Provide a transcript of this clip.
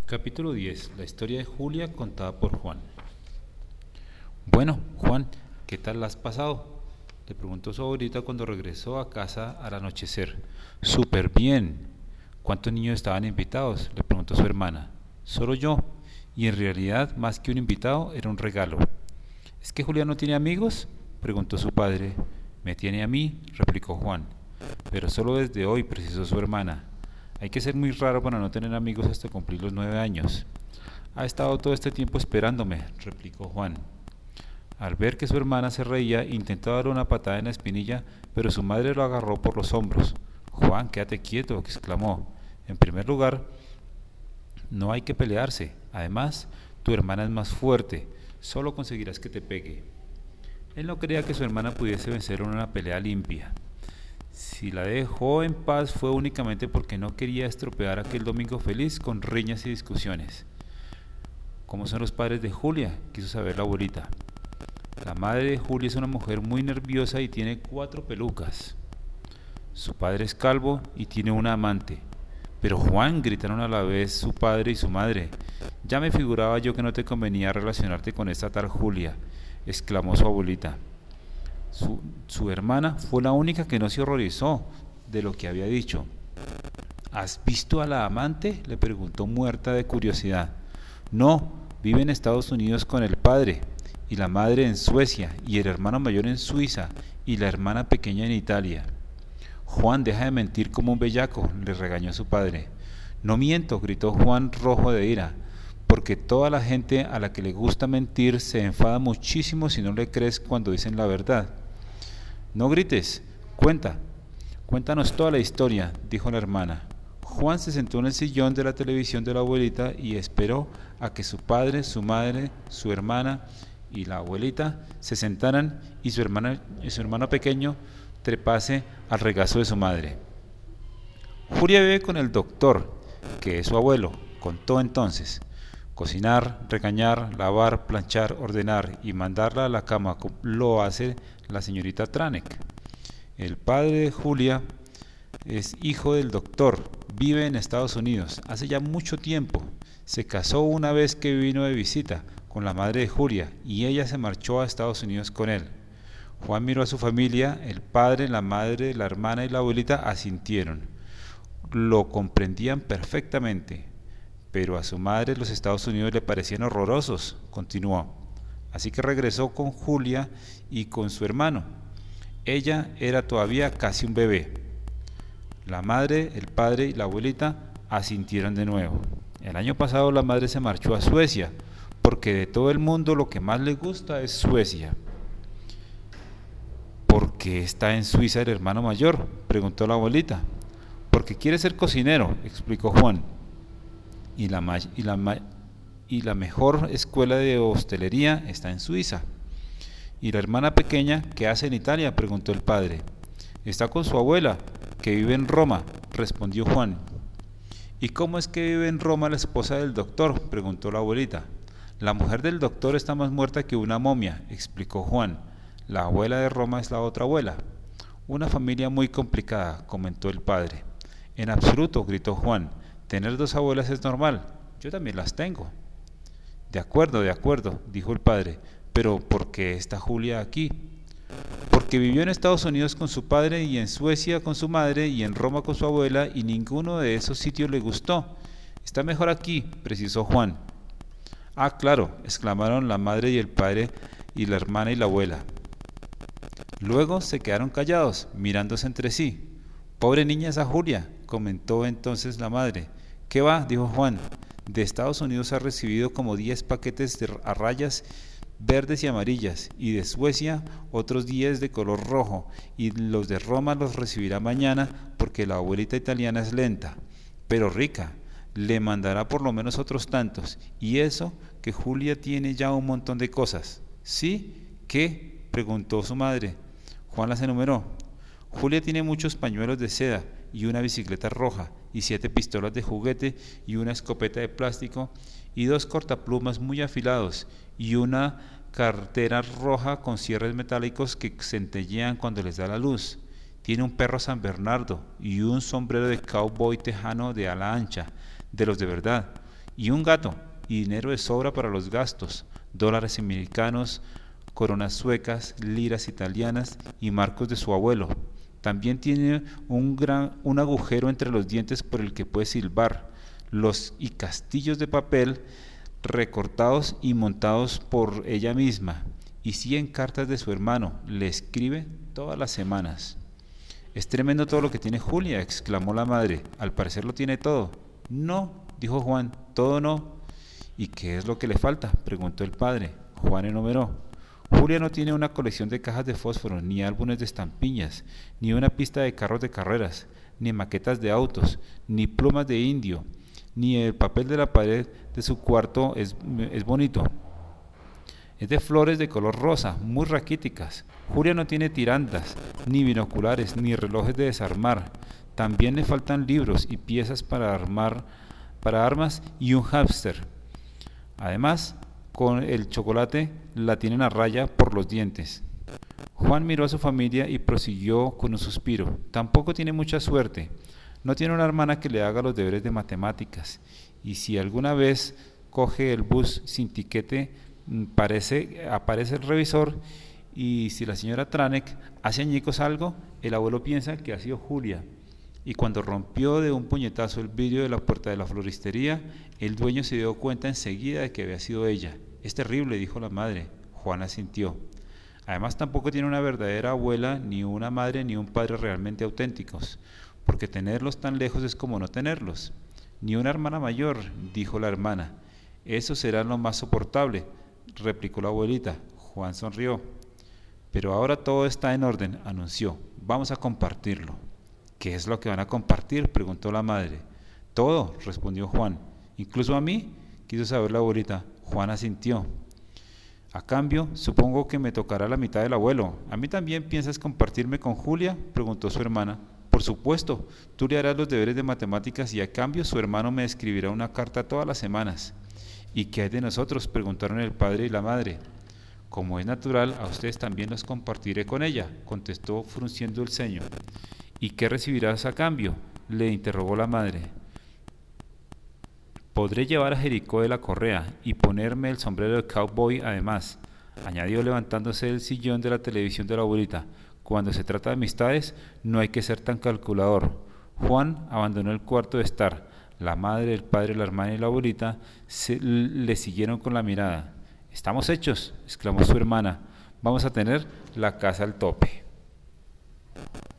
Capítulo 10. La historia de Julia contada por Juan. Bueno, Juan, ¿qué tal la has pasado? Le preguntó su abuelita cuando regresó a casa al anochecer. Súper bien. ¿Cuántos niños estaban invitados? Le preguntó su hermana. Solo yo. Y en realidad, más que un invitado, era un regalo. ¿Es que Julia no tiene amigos? Preguntó su padre. Me tiene a mí, replicó Juan. Pero solo desde hoy, precisó su hermana. Hay que ser muy raro para no tener amigos hasta cumplir los 9 años. Ha estado todo este tiempo esperándome, replicó Juan. Al ver que su hermana se reía, intentó darle una patada en la espinilla, pero su madre lo agarró por los hombros. Juan, quédate quieto, exclamó. En primer lugar, no hay que pelearse. Además, tu hermana es más fuerte. Solo conseguirás que te pegue. Él no creía que su hermana pudiese vencer en una pelea limpia. Si la dejó en paz fue únicamente porque no quería estropear aquel domingo feliz con riñas y discusiones. ¿Cómo son los padres de Julia?, quiso saber la abuelita. La madre de Julia es una mujer muy nerviosa y tiene 4 pelucas. Su padre es calvo y tiene una amante. Pero Juan, gritaron a la vez su padre y su madre. Ya me figuraba yo que no te convenía relacionarte con esta tal Julia, exclamó su abuelita. Su hermana fue la única que no se horrorizó de lo que había dicho. ¿Has visto a la amante?, le preguntó muerta de curiosidad. No, vive en Estados Unidos con el padre, y la madre en Suecia, y el hermano mayor en Suiza, y la hermana pequeña en Italia. Juan, deja de mentir como un bellaco, le regañó su padre. No miento, gritó Juan rojo de ira, porque toda la gente a la que le gusta mentir se enfada muchísimo si no le crees cuando dicen la verdad. No grites, cuéntanos toda la historia, dijo la hermana. Juan se sentó en el sillón de la televisión de la abuelita y esperó a que su padre, su madre, su hermana y la abuelita se sentaran y su hermano pequeño trepase al regazo de su madre. Julia vive con el doctor, que es su abuelo, contó entonces. Cocinar, regañar, lavar, planchar, ordenar y mandarla a la cama lo hace la señorita Tranek. El padre de Julia es hijo del doctor, vive en Estados Unidos, hace ya mucho tiempo. Se casó una vez que vino de visita con la madre de Julia y ella se marchó a Estados Unidos con él. Juan miró a su familia, el padre, la madre, la hermana y la abuelita asintieron. Lo comprendían perfectamente, pero a su madre los Estados Unidos le parecían horrorosos, continuó. Así que regresó con Julia y con su hermano. Ella era todavía casi un bebé. La madre, el padre y la abuelita asintieron de nuevo. El año pasado la madre se marchó a Suecia, porque de todo el mundo lo que más le gusta es Suecia. ¿Por qué está en Suiza el hermano mayor?, preguntó la abuelita. Porque quiere ser cocinero, explicó Juan. Y la mejor escuela de hostelería está en Suiza. ¿Y la hermana pequeña qué hace en Italia?, preguntó el padre. Está con su abuela, que vive en Roma, respondió Juan. ¿Y cómo es que vive en Roma la esposa del doctor?, preguntó la abuelita. La mujer del doctor está más muerta que una momia, explicó Juan. La abuela de Roma es la otra abuela. Una familia muy complicada, comentó el padre. En absoluto, gritó Juan. Tener 2 abuelas es normal. Yo también las tengo. De acuerdo, dijo el padre. Pero ¿por qué está Julia aquí? Porque vivió en Estados Unidos con su padre y en Suecia con su madre y en Roma con su abuela y ninguno de esos sitios le gustó. Está mejor aquí, precisó Juan. Ah, claro, exclamaron la madre y el padre y la hermana y la abuela. Luego se quedaron callados, mirándose entre sí. Pobre niña esa Julia, comentó entonces la madre. ¿Qué va?, dijo Juan. De Estados Unidos ha recibido como 10 paquetes a rayas verdes y amarillas, y de Suecia otros 10 de color rojo, y los de Roma los recibirá mañana porque la abuelita italiana es lenta, pero rica. Le mandará por lo menos otros tantos, y eso que Julia tiene ya un montón de cosas. ¿Sí? ¿Qué?, preguntó su madre. Juan las enumeró. Julia tiene muchos pañuelos de seda y una bicicleta roja y 7 pistolas de juguete y una escopeta de plástico y 2 cortaplumas muy afilados y una cartera roja con cierres metálicos que centellean cuando les da la luz. Tiene un perro San Bernardo y un sombrero de cowboy tejano de ala ancha, de los de verdad, Y un gato, y dinero de sobra para los gastos, dólares americanos, coronas suecas, liras italianas y marcos de su abuelo. También tiene un agujero entre los dientes por el que puede silbar, y castillos de papel recortados y montados por ella misma, y 100 cartas de su hermano, le escribe todas las semanas. Es tremendo todo lo que tiene Julia, exclamó la madre. Al parecer lo tiene todo. No, dijo Juan, todo no. ¿Y qué es lo que le falta?, preguntó el padre. Juan enumeró. Julia no tiene una colección de cajas de fósforo, ni álbumes de estampillas, ni una pista de carros de carreras, ni maquetas de autos, ni plumas de indio, ni el papel de la pared de su cuarto es bonito. Es de flores de color rosa, muy raquíticas. Julia no tiene tirantas, ni binoculares, ni relojes de desarmar. También le faltan libros y piezas para armas y un hámster. Además, con el chocolate la tienen a raya por los dientes. Juan miró a su familia y prosiguió con un suspiro. Tampoco tiene mucha suerte. No tiene una hermana que le haga los deberes de matemáticas. Y si alguna vez coge el bus sin tiquete, aparece el revisor, y si la señora Tranek hace añicos algo, el abuelo piensa que ha sido Julia. Y cuando rompió de un puñetazo el vidrio de la puerta de la floristería, el dueño se dio cuenta enseguida de que había sido ella. Es terrible, dijo la madre. Juan asintió. Además, tampoco tiene una verdadera abuela, ni una madre, ni un padre realmente auténticos, porque tenerlos tan lejos es como no tenerlos. Ni una hermana mayor, dijo la hermana. Eso será lo más soportable, replicó la abuelita. Juan sonrió. Pero ahora todo está en orden, anunció. Vamos a compartirlo. ¿Qué es lo que van a compartir?, preguntó la madre. Todo, respondió Juan. ¿Incluso a mí?, quiso saber la abuelita. Juan asintió. A cambio, supongo que me tocará la mitad del abuelo. ¿A mí también piensas compartirme con Julia?, preguntó su hermana. Por supuesto, tú le harás los deberes de matemáticas y a cambio su hermano me escribirá una carta todas las semanas. ¿Y qué hay de nosotros?, preguntaron el padre y la madre. Como es natural, a ustedes también los compartiré con ella, contestó frunciendo el ceño. ¿Y qué recibirás a cambio?, le interrogó la madre. Podré llevar a Jericó de la correa y ponerme el sombrero de cowboy además, añadió levantándose del sillón de la televisión de la abuelita. Cuando se trata de amistades, no hay que ser tan calculador. Juan abandonó el cuarto de estar. La madre, el padre, la hermana y la abuelita le siguieron con la mirada. «Estamos hechos», exclamó su hermana. «Vamos a tener la casa al tope».